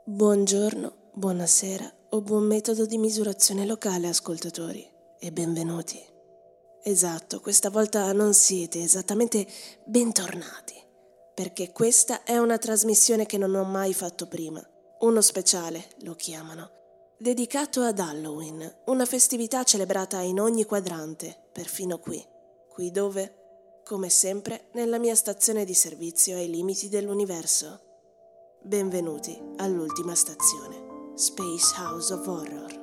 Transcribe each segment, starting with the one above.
Buongiorno, buonasera o buon metodo di misurazione locale, ascoltatori, e benvenuti. Esatto, questa volta non siete esattamente bentornati, perché questa è una trasmissione che non ho mai fatto prima. Uno speciale, lo chiamano, dedicato ad Halloween, una festività celebrata in ogni quadrante, perfino qui. Qui dove? Come sempre, nella mia stazione di servizio ai limiti dell'universo. Benvenuti all'ultima stazione, Space House of Horror.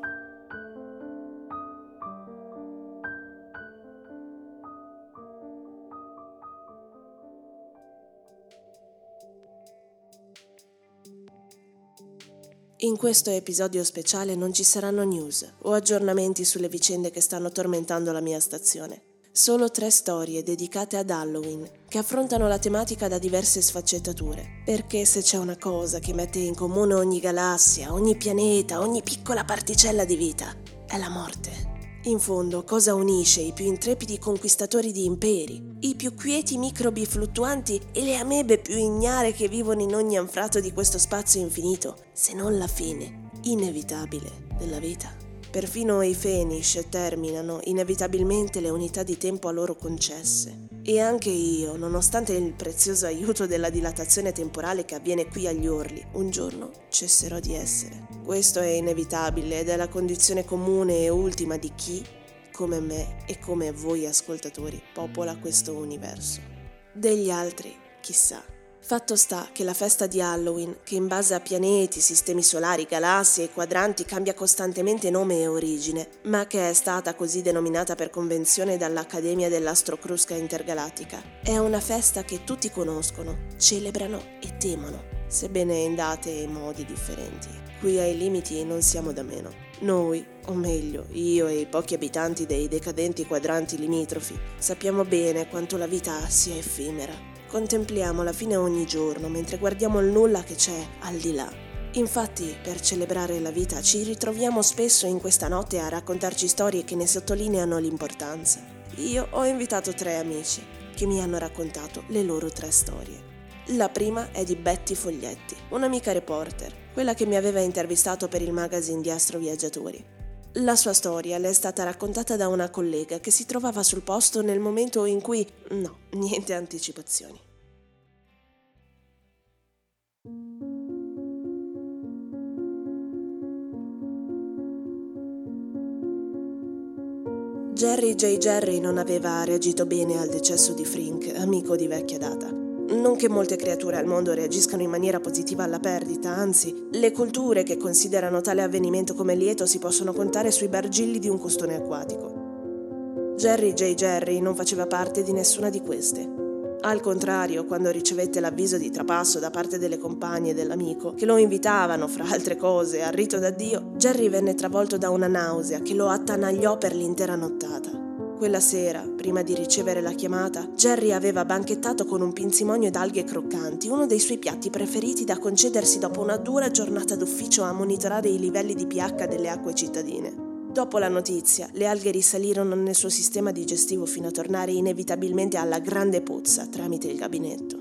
In questo episodio speciale non ci saranno news o aggiornamenti sulle vicende che stanno tormentando la mia stazione. Solo 3 storie dedicate ad Halloween, che affrontano la tematica da diverse sfaccettature. Perché se c'è una cosa che mette in comune ogni galassia, ogni pianeta, ogni piccola particella di vita, è la morte. In fondo, cosa unisce i più intrepidi conquistatori di imperi, i più quieti microbi fluttuanti e le amebe più ignare che vivono in ogni anfratto di questo spazio infinito, se non la fine, inevitabile, della vita? Perfino i Fenish terminano inevitabilmente le unità di tempo a loro concesse. E anche io, nonostante il prezioso aiuto della dilatazione temporale che avviene qui agli orli, un giorno cesserò di essere. Questo è inevitabile ed è la condizione comune e ultima di chi, come me e come voi ascoltatori, popola questo universo. Degli altri, chissà. Fatto sta che la festa di Halloween, che in base a pianeti, sistemi solari, galassie e quadranti cambia costantemente nome e origine, ma che è stata così denominata per convenzione dall'Accademia dell'Astrocrusca Intergalattica, è una festa che tutti conoscono, celebrano e temono, sebbene in date e modi differenti. Qui ai limiti non siamo da meno. Noi, o meglio, io e i pochi abitanti dei decadenti quadranti limitrofi, sappiamo bene quanto la vita sia effimera. Contempliamo la fine ogni giorno mentre guardiamo il nulla che c'è al di là. Infatti, per celebrare la vita ci ritroviamo spesso in questa notte a raccontarci storie che ne sottolineano l'importanza. Io ho invitato 3 amici che mi hanno raccontato le loro 3 storie. La prima è di Betty Foglietti, un'amica reporter, quella che mi aveva intervistato per il magazine di Astroviaggiatori. La sua storia le è stata raccontata da una collega che si trovava sul posto nel momento in cui... No, niente anticipazioni. Jerry J. Jerry non aveva reagito bene al decesso di Frink, amico di vecchia data. Non che molte creature al mondo reagiscano in maniera positiva alla perdita, anzi, le culture che considerano tale avvenimento come lieto si possono contare sui bargilli di un costone acquatico. Jerry J. Jerry non faceva parte di nessuna di queste. Al contrario, quando ricevette l'avviso di trapasso da parte delle compagne dell'amico, che lo invitavano, fra altre cose, al rito d'addio, Jerry venne travolto da una nausea che lo attanagliò per l'intera nottata. Quella sera, prima di ricevere la chiamata, Jerry aveva banchettato con un pinzimonio d'alghe croccanti, uno dei suoi piatti preferiti da concedersi dopo una dura giornata d'ufficio a monitorare i livelli di pH delle acque cittadine. Dopo la notizia, le alghe risalirono nel suo sistema digestivo fino a tornare inevitabilmente alla grande pozza tramite il gabinetto.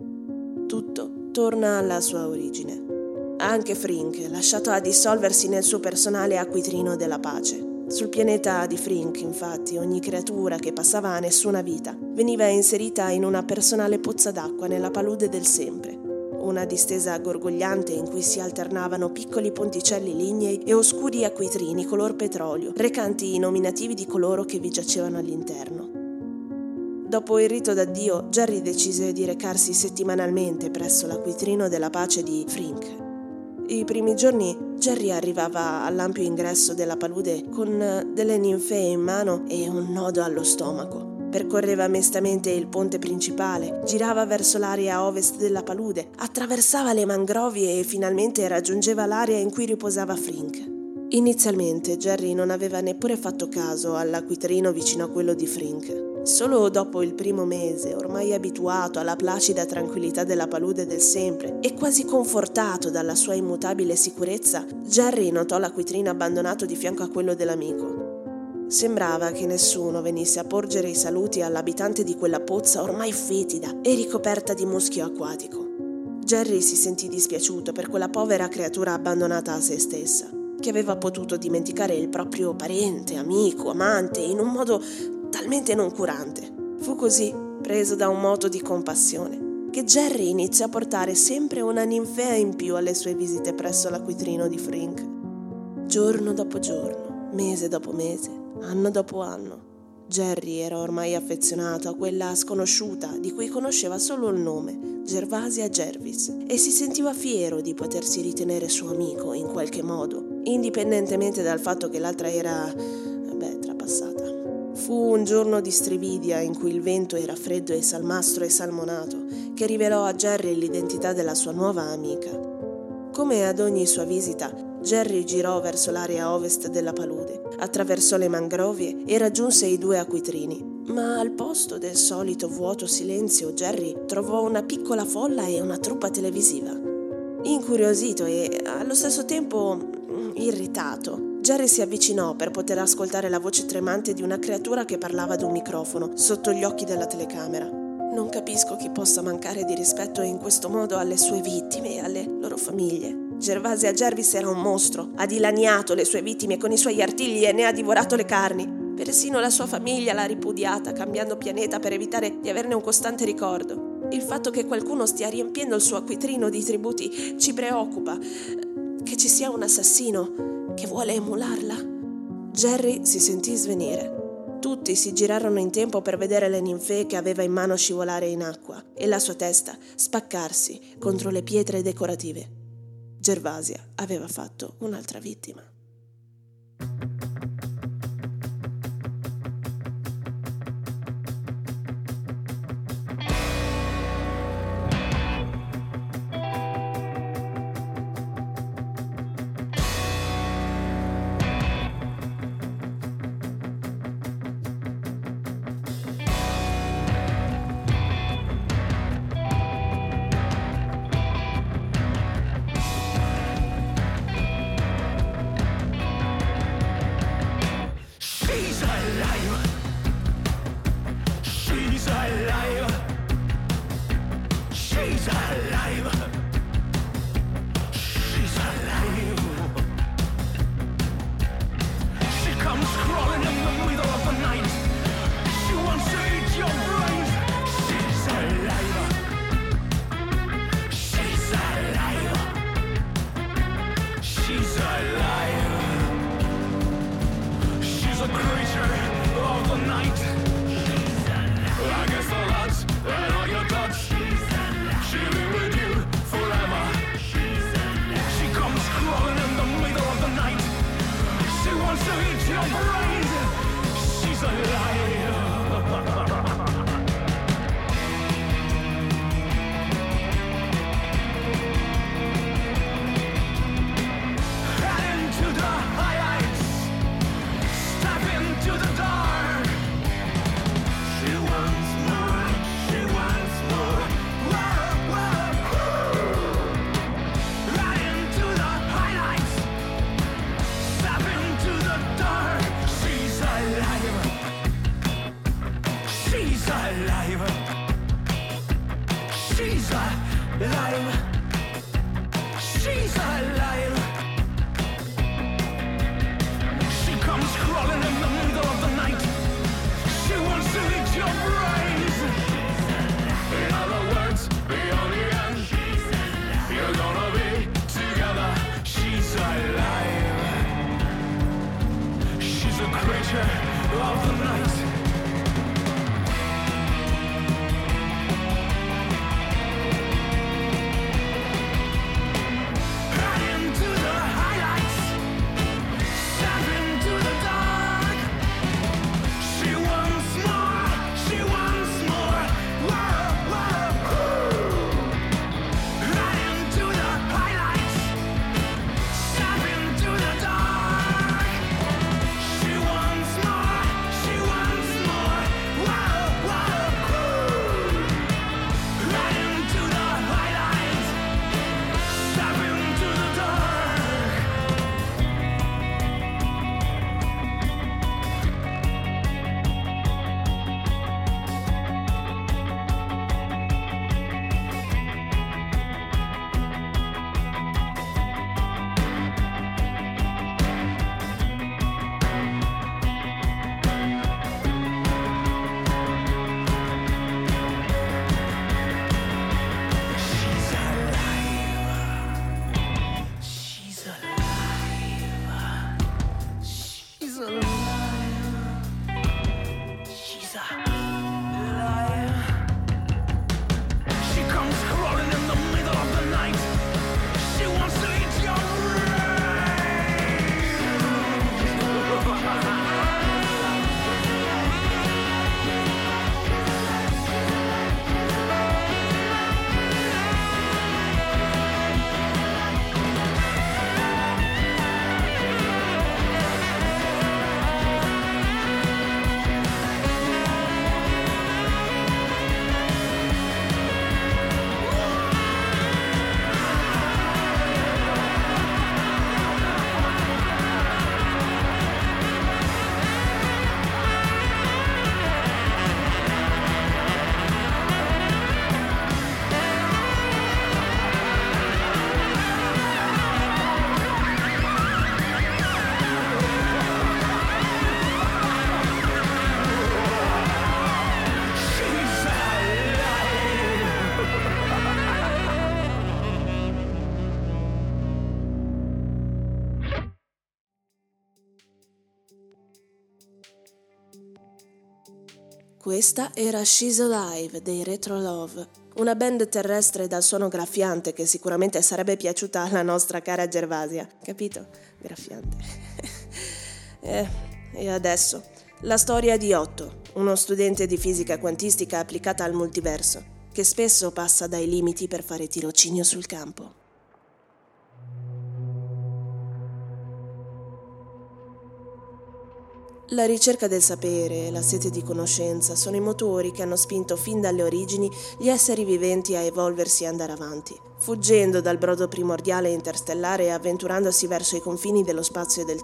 Tutto torna alla sua origine. Anche Frink, lasciato a dissolversi nel suo personale acquitrino della pace. Sul pianeta di Frink, infatti, ogni creatura che passava a nessuna vita veniva inserita in una personale pozza d'acqua nella palude del sempre, una distesa gorgogliante in cui si alternavano piccoli ponticelli lignei e oscuri acquitrini color petrolio, recanti i nominativi di coloro che vi giacevano all'interno. Dopo il rito d'addio, Jerry decise di recarsi settimanalmente presso l'acquitrino della pace di Frink. I primi giorni Jerry arrivava all'ampio ingresso della palude con delle ninfee in mano e un nodo allo stomaco. Percorreva mestamente il ponte principale, girava verso l'area a ovest della palude, attraversava le mangrovie e finalmente raggiungeva l'area in cui riposava Frink. Inizialmente Jerry non aveva neppure fatto caso all'acquitrino vicino a quello di Frink. Solo dopo il primo mese, ormai abituato alla placida tranquillità della palude del sempre e quasi confortato dalla sua immutabile sicurezza, Jerry notò l'acquitrino abbandonato di fianco a quello dell'amico. Sembrava che nessuno venisse a porgere i saluti all'abitante di quella pozza ormai fetida e ricoperta di muschio acquatico. Jerry si sentì dispiaciuto per quella povera creatura abbandonata a se stessa, che aveva potuto dimenticare il proprio parente, amico, amante in un modo talmente noncurante. Fu così, preso da un moto di compassione, che Jerry iniziò a portare sempre una ninfea in più alle sue visite presso l'acquitrino di Frink. Giorno dopo giorno, mese dopo mese, anno dopo anno, Jerry era ormai affezionato a quella sconosciuta di cui conosceva solo il nome, Gervasia Jervis, e si sentiva fiero di potersi ritenere suo amico in qualche modo, indipendentemente dal fatto che l'altra era, trapassata. Fu un giorno di strividia in cui il vento era freddo e salmastro e salmonato che rivelò a Jerry l'identità della sua nuova amica. Come ad ogni sua visita, Jerry girò verso l'area ovest della palude, attraversò le mangrovie e raggiunse i 2 acquitrini. Ma al posto del solito vuoto silenzio, Jerry trovò una piccola folla e una truppa televisiva. Incuriosito e allo stesso tempo irritato, Jerry si avvicinò per poter ascoltare la voce tremante di una creatura che parlava ad un microfono sotto gli occhi della telecamera. Non capisco chi possa mancare di rispetto in questo modo alle sue vittime e alle loro famiglie. Gervasia Jervis era un mostro, ha dilaniato le sue vittime con i suoi artigli e ne ha divorato le carni. Persino la sua famiglia l'ha ripudiata, cambiando pianeta per evitare di averne un costante ricordo. Il fatto che qualcuno stia riempiendo il suo acquitrino di tributi ci preoccupa. Che ci sia un assassino che vuole emularla. Jerry si sentì svenire. Tutti si girarono in tempo per vedere le ninfee che aveva in mano scivolare in acqua e la sua testa spaccarsi contro le pietre decorative. Gervasia aveva fatto un'altra vittima. Questa era She's Alive dei Retro Love, una band terrestre dal suono graffiante che sicuramente sarebbe piaciuta alla nostra cara Gervasia, capito? Graffiante. E adesso, la storia di Otto, uno studente di fisica quantistica applicata al multiverso, che spesso passa dai limiti per fare tirocinio sul campo. La ricerca del sapere e la sete di conoscenza sono i motori che hanno spinto fin dalle origini gli esseri viventi a evolversi e andare avanti, fuggendo dal brodo primordiale interstellare e avventurandosi verso i confini dello spazio e del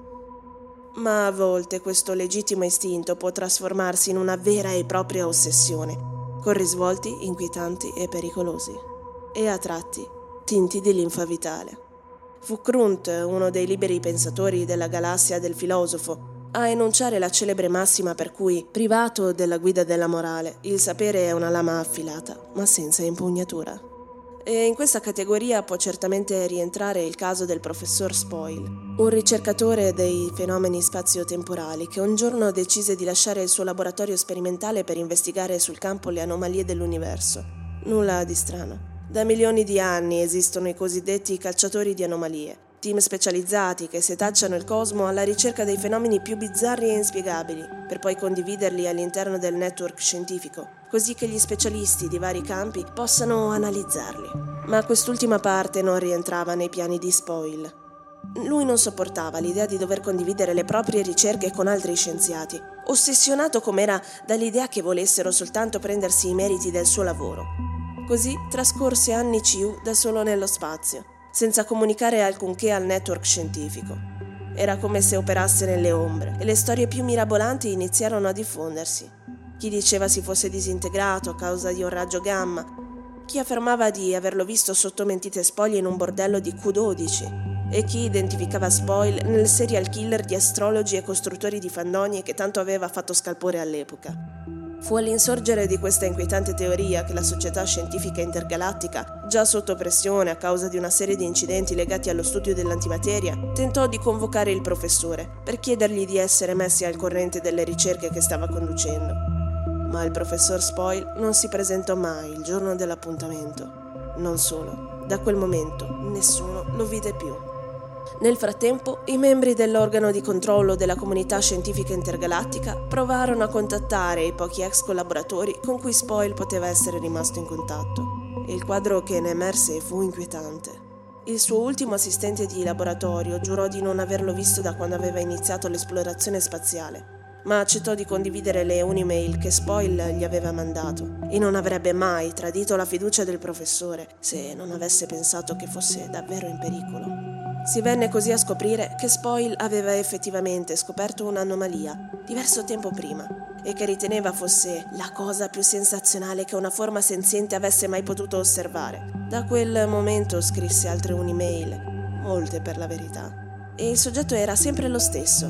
tempo. Ma a volte questo legittimo istinto può trasformarsi in una vera e propria ossessione, con risvolti inquietanti e pericolosi, e a tratti tinti di linfa vitale. Fu Krunt, uno dei liberi pensatori della galassia del filosofo, a enunciare la celebre massima per cui, privato della guida della morale, il sapere è una lama affilata, ma senza impugnatura. E in questa categoria può certamente rientrare il caso del professor Spoyle, un ricercatore dei fenomeni spazio-temporali che un giorno decise di lasciare il suo laboratorio sperimentale per investigare sul campo le anomalie dell'universo. Nulla di strano. Da milioni di anni esistono i cosiddetti cacciatori di anomalie, team specializzati che setacciano il cosmo alla ricerca dei fenomeni più bizzarri e inspiegabili, per poi condividerli all'interno del network scientifico, così che gli specialisti di vari campi possano analizzarli. Ma quest'ultima parte non rientrava nei piani di Spoyle. Lui non sopportava l'idea di dover condividere le proprie ricerche con altri scienziati, ossessionato com'era dall'idea che volessero soltanto prendersi i meriti del suo lavoro. Così trascorse anni da solo nello spazio, senza comunicare alcunché al network scientifico. Era come se operasse nelle ombre e le storie più mirabolanti iniziarono a diffondersi. Chi diceva si fosse disintegrato a causa di un raggio gamma, chi affermava di averlo visto sotto mentite spoglie in un bordello di Q12 e chi identificava Spoyle nel serial killer di astrologi e costruttori di fandonie che tanto aveva fatto scalpore all'epoca. Fu all'insorgere di questa inquietante teoria che la società scientifica intergalattica, già sotto pressione a causa di una serie di incidenti legati allo studio dell'antimateria, tentò di convocare il professore per chiedergli di essere messi al corrente delle ricerche che stava conducendo. Ma il professor Spoyle non si presentò mai il giorno dell'appuntamento. Non solo, da quel momento nessuno lo vide più. Nel frattempo, i membri dell'organo di controllo della comunità scientifica intergalattica provarono a contattare i pochi ex collaboratori con cui Spoyle poteva essere rimasto in contatto. Il quadro che ne emerse fu inquietante. Il suo ultimo assistente di laboratorio giurò di non averlo visto da quando aveva iniziato l'esplorazione spaziale, ma accettò di condividere le un'email che Spoyle gli aveva mandato e non avrebbe mai tradito la fiducia del professore se non avesse pensato che fosse davvero in pericolo. Si venne così a scoprire che Spoyle aveva effettivamente scoperto un'anomalia diverso tempo prima e che riteneva fosse la cosa più sensazionale che una forma senziente avesse mai potuto osservare. Da quel momento scrisse altre un'email, molte per la verità, e il soggetto era sempre lo stesso,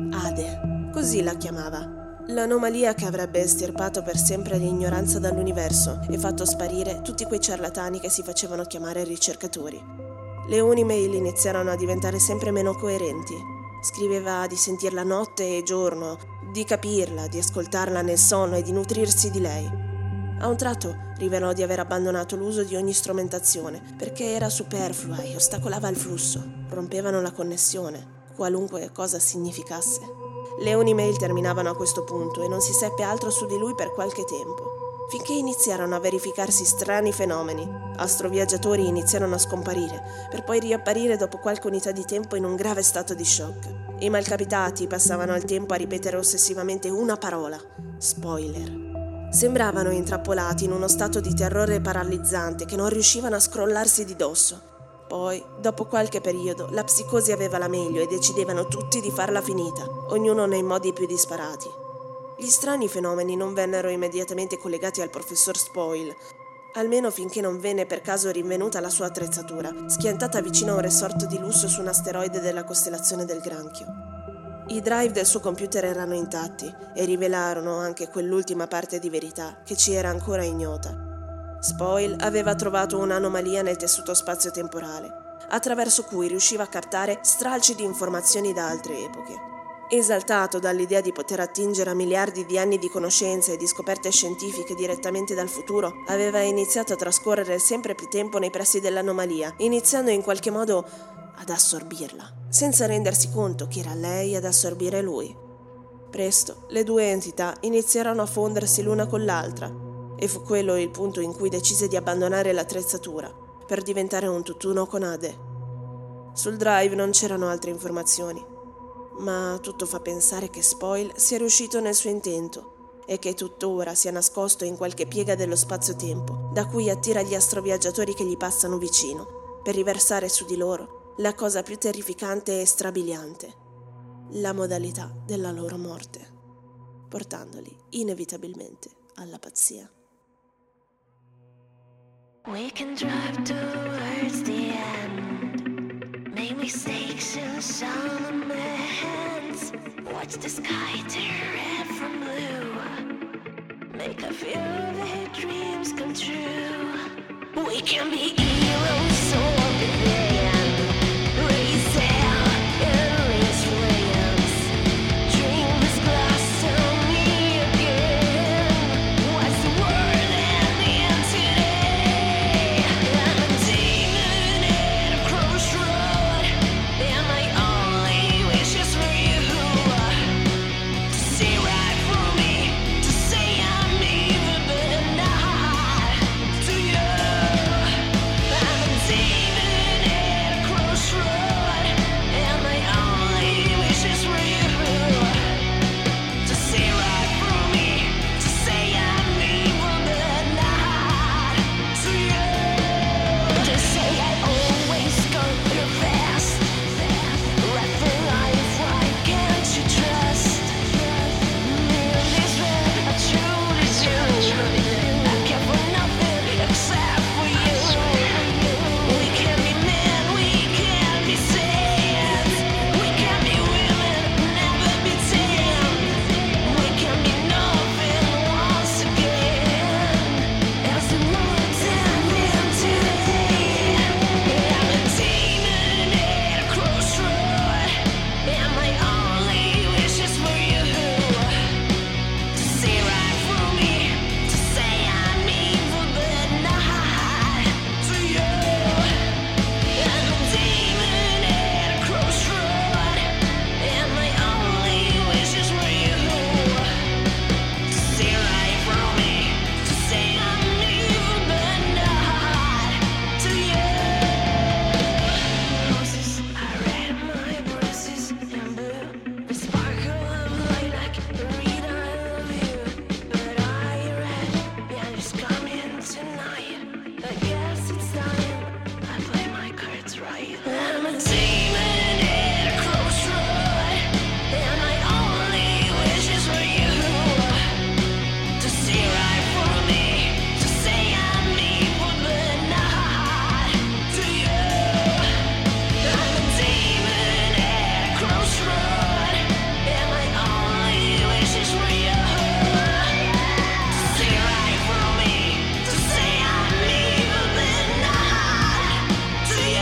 Ade, così la chiamava. L'anomalia che avrebbe estirpato per sempre l'ignoranza dall'universo e fatto sparire tutti quei ciarlatani che si facevano chiamare ricercatori. Le un'email iniziarono a diventare sempre meno coerenti. Scriveva di sentirla notte e giorno, di capirla, di ascoltarla nel sonno e di nutrirsi di lei. A un tratto rivelò di aver abbandonato l'uso di ogni strumentazione perché era superflua e ostacolava il flusso, rompevano la connessione, qualunque cosa significasse. Le un'email terminavano a questo punto e non si seppe altro su di lui per qualche tempo, finché iniziarono a verificarsi strani fenomeni. Astroviaggiatori iniziarono a scomparire, per poi riapparire dopo qualche unità di tempo in un grave stato di shock. I malcapitati passavano il tempo a ripetere ossessivamente una parola: spoiler. Sembravano intrappolati in uno stato di terrore paralizzante che non riuscivano a scrollarsi di dosso. Poi, dopo qualche periodo, la psicosi aveva la meglio e decidevano tutti di farla finita, ognuno nei modi più disparati. Gli strani fenomeni non vennero immediatamente collegati al professor Spoyle, almeno finché non venne per caso rinvenuta la sua attrezzatura, schiantata vicino a un resort di lusso su un asteroide della costellazione del Granchio. I drive del suo computer erano intatti e rivelarono anche quell'ultima parte di verità che ci era ancora ignota. Spoyle aveva trovato un'anomalia nel tessuto spazio-temporale, attraverso cui riusciva a captare stralci di informazioni da altre epoche. Esaltato dall'idea di poter attingere a miliardi di anni di conoscenze e di scoperte scientifiche direttamente dal futuro, aveva iniziato a trascorrere sempre più tempo nei pressi dell'anomalia, iniziando in qualche modo ad assorbirla, senza rendersi conto che era lei ad assorbire lui. Presto le due entità iniziarono a fondersi l'una con l'altra, e fu quello il punto in cui decise di abbandonare l'attrezzatura per diventare un tutt'uno con Ade. Sul drive non c'erano altre informazioni, ma tutto fa pensare che Spoil sia riuscito nel suo intento e che tuttora sia nascosto in qualche piega dello spazio-tempo, da cui attira gli astroviaggiatori che gli passano vicino, per riversare su di loro la cosa più terrificante e strabiliante, la modalità della loro morte, portandoli inevitabilmente alla pazzia. We can drive towards the end, make mistakes in some amends, watch the sky turn red from blue, make a few of dreams come true. We can be heroes so brilliant, raise hell and raise flames, drink this glass on me again. What's the world ending today? I'm a demon at a crossroad, and my only wish is for you to say right for me, to say I'm evil but not to you. I'm a demon at a crossroad, and my only wish is for you to say right for me, to say I'm evil but not to you. They say I always go too fast, right for life, why can't you trust me in this way? I truly do. I care for nothing except for you. We can be men, we can be saints, we can be women, never be tamed. We can be nothing once again, as the world's ending today. I'm a demon at a crossroad, and my only wish is for you to say right for me, to say I'm evil but not to you. I'm a demon at a crossroad, and my only wish is for you to say right for me, to say I'm evil but not to you. Roses are red, my bruises and blue. The sparkle of lilac, read I love you, but I read, yeah, it's coming tonight. I guess it's time I play my cards right. I'm a demon at a crossroad, and my only wish is for you to say right for me, to say I'm evil but not to you. I'm a demon at a crossroad, and my only wish is for you to say right for me, to say I'm evil but not to you.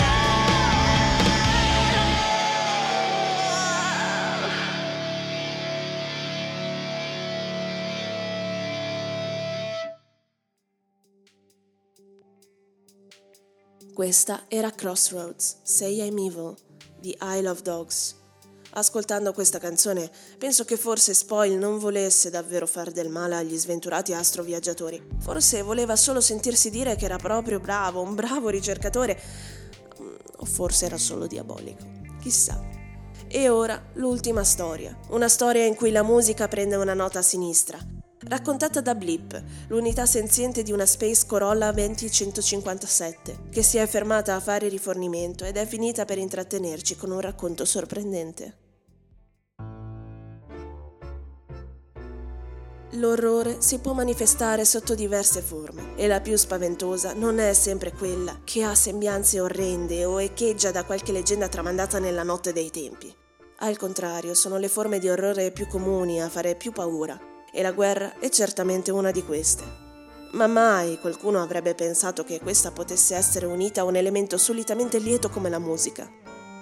Questa era Crossroads, Say I'm Evil, di Isle of Dogs. Ascoltando questa canzone, penso che forse Spoil non volesse davvero far del male agli sventurati astroviaggiatori. Forse voleva solo sentirsi dire che era proprio bravo, un bravo ricercatore. O forse era solo diabolico. Chissà. E ora l'ultima storia. Una storia in cui la musica prende una nota a sinistra. Raccontata da Blip, l'unità senziente di una Space Corolla 20157, che si è fermata a fare rifornimento ed è finita per intrattenerci con un racconto sorprendente. L'orrore si può manifestare sotto diverse forme e la più spaventosa non è sempre quella che ha sembianze orrende o echeggia da qualche leggenda tramandata nella notte dei tempi. Al contrario, sono le forme di orrore più comuni a fare più paura, e la guerra è certamente una di queste. Ma mai qualcuno avrebbe pensato che questa potesse essere unita a un elemento solitamente lieto come la musica.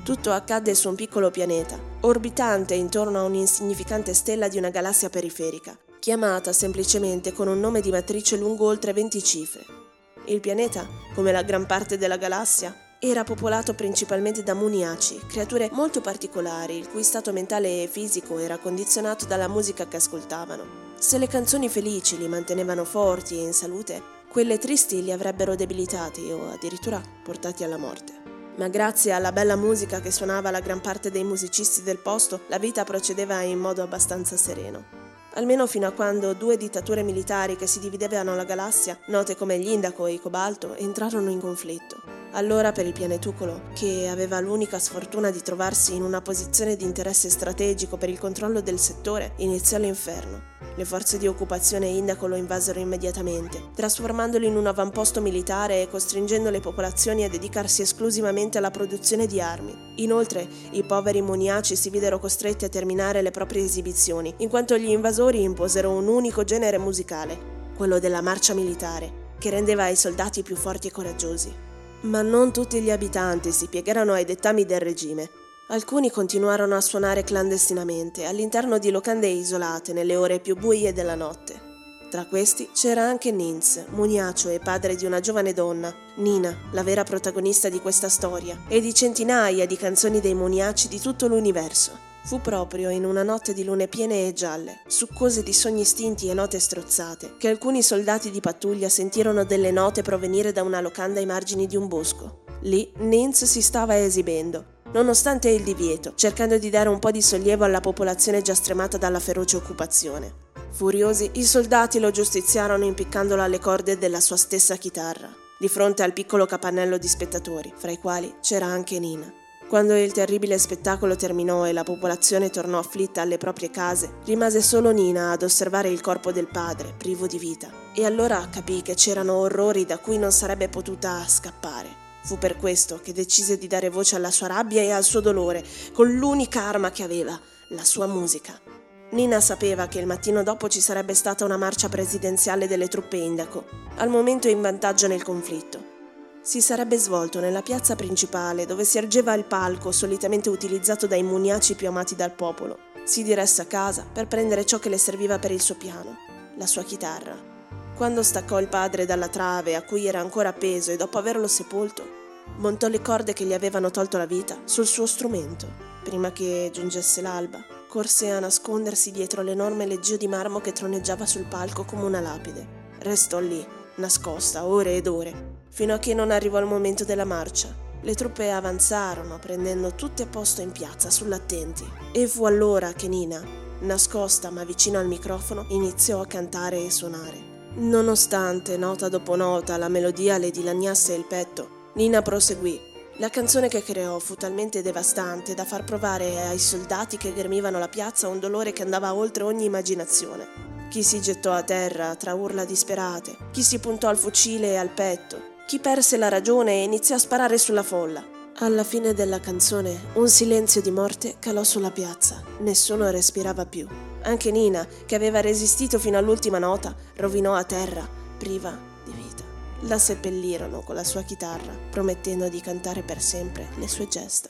Tutto accadde su un piccolo pianeta, orbitante intorno a un'insignificante stella di una galassia periferica, chiamata semplicemente con un nome di matrice lungo oltre 20 cifre. Il pianeta, come la gran parte della galassia, era popolato principalmente da muniaci, creature molto particolari, il cui stato mentale e fisico era condizionato dalla musica che ascoltavano. Se le canzoni felici li mantenevano forti e in salute, quelle tristi li avrebbero debilitati o addirittura portati alla morte. Ma grazie alla bella musica che suonava la gran parte dei musicisti del posto, la vita procedeva in modo abbastanza sereno. Almeno fino a quando 2 dittature militari che si dividevano la galassia, note come gli Indaco e i Cobalto, entrarono in conflitto. Allora per il pianetucolo, che aveva l'unica sfortuna di trovarsi in una posizione di interesse strategico per il controllo del settore, iniziò l'inferno. Le forze di occupazione Indaco lo invasero immediatamente, trasformandolo in un avamposto militare e costringendo le popolazioni a dedicarsi esclusivamente alla produzione di armi. Inoltre, i poveri muniaci si videro costretti a terminare le proprie esibizioni, in quanto gli invasori imposero un unico genere musicale, quello della marcia militare, che rendeva i soldati più forti e coraggiosi. Ma non tutti gli abitanti si piegarono ai dettami del regime. Alcuni continuarono a suonare clandestinamente all'interno di locande isolate nelle ore più buie della notte. Tra questi c'era anche Nins, muniacio e padre di una giovane donna, Nina, la vera protagonista di questa storia, e di centinaia di canzoni dei muniaci di tutto l'universo. Fu proprio in una notte di lune piene e gialle, succose di sogni stinti e note strozzate, che alcuni soldati di pattuglia sentirono delle note provenire da una locanda ai margini di un bosco. Lì Nins si stava esibendo, nonostante il divieto, cercando di dare un po' di sollievo alla popolazione già stremata dalla feroce occupazione. Furiosi, i soldati lo giustiziarono impiccandolo alle corde della sua stessa chitarra, di fronte al piccolo capannello di spettatori, fra i quali c'era anche Nina. Quando il terribile spettacolo terminò e la popolazione tornò afflitta alle proprie case, rimase solo Nina ad osservare il corpo del padre, privo di vita. E allora capì che c'erano orrori da cui non sarebbe potuta scappare. Fu per questo che decise di dare voce alla sua rabbia e al suo dolore, con l'unica arma che aveva, la sua musica. Nina sapeva che il mattino dopo ci sarebbe stata una marcia presidenziale delle truppe Indaco, al momento in vantaggio nel conflitto. Si sarebbe svolto nella piazza principale, dove si ergeva il palco solitamente utilizzato dai muniaci più amati dal popolo. Si diresse a casa per prendere ciò che le serviva per il suo piano, la sua chitarra. Quando staccò il padre dalla trave a cui era ancora appeso e dopo averlo sepolto, montò le corde che gli avevano tolto la vita sul suo strumento. Prima che giungesse l'alba, corse a nascondersi dietro l'enorme leggio di marmo che troneggiava sul palco come una lapide. Restò lì, nascosta, ore ed ore, fino a che non arrivò il momento della marcia. Le truppe avanzarono, prendendo tutte a posto in piazza, sull'attenti. E fu allora che Nina, nascosta ma vicino al microfono, iniziò a cantare e suonare. Nonostante, nota dopo nota, la melodia le dilaniasse il petto, Nina proseguì. La canzone che creò fu talmente devastante da far provare ai soldati che ghermivano la piazza un dolore che andava oltre ogni immaginazione. Chi si gettò a terra tra urla disperate, chi si puntò al fucile e al petto, chi perse la ragione e iniziò a sparare sulla folla. Alla fine della canzone, un silenzio di morte calò sulla piazza. Nessuno respirava più. Anche Nina, che aveva resistito fino all'ultima nota, rovinò a terra, priva di vita. La seppellirono con la sua chitarra, promettendo di cantare per sempre le sue gesta.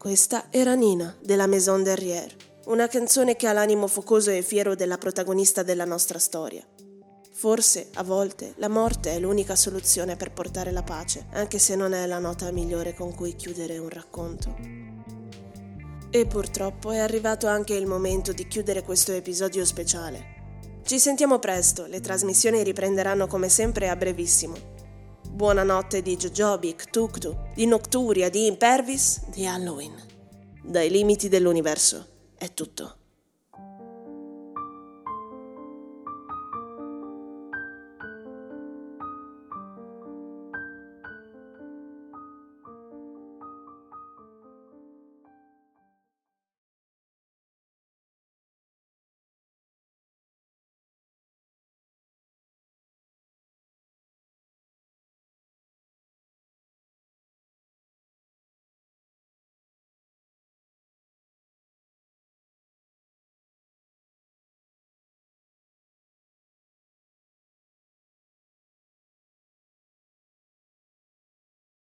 Questa era Nina, della Maison Derrière, una canzone che ha l'animo focoso e fiero della protagonista della nostra storia. Forse, a volte, la morte è l'unica soluzione per portare la pace, anche se non è la nota migliore con cui chiudere un racconto. E purtroppo è arrivato anche il momento di chiudere questo episodio speciale. Ci sentiamo presto, le trasmissioni riprenderanno come sempre a brevissimo. Buonanotte di Jojobic, Tuktu, di Nocturia, di Impervis, di Halloween. Dai limiti dell'universo è tutto.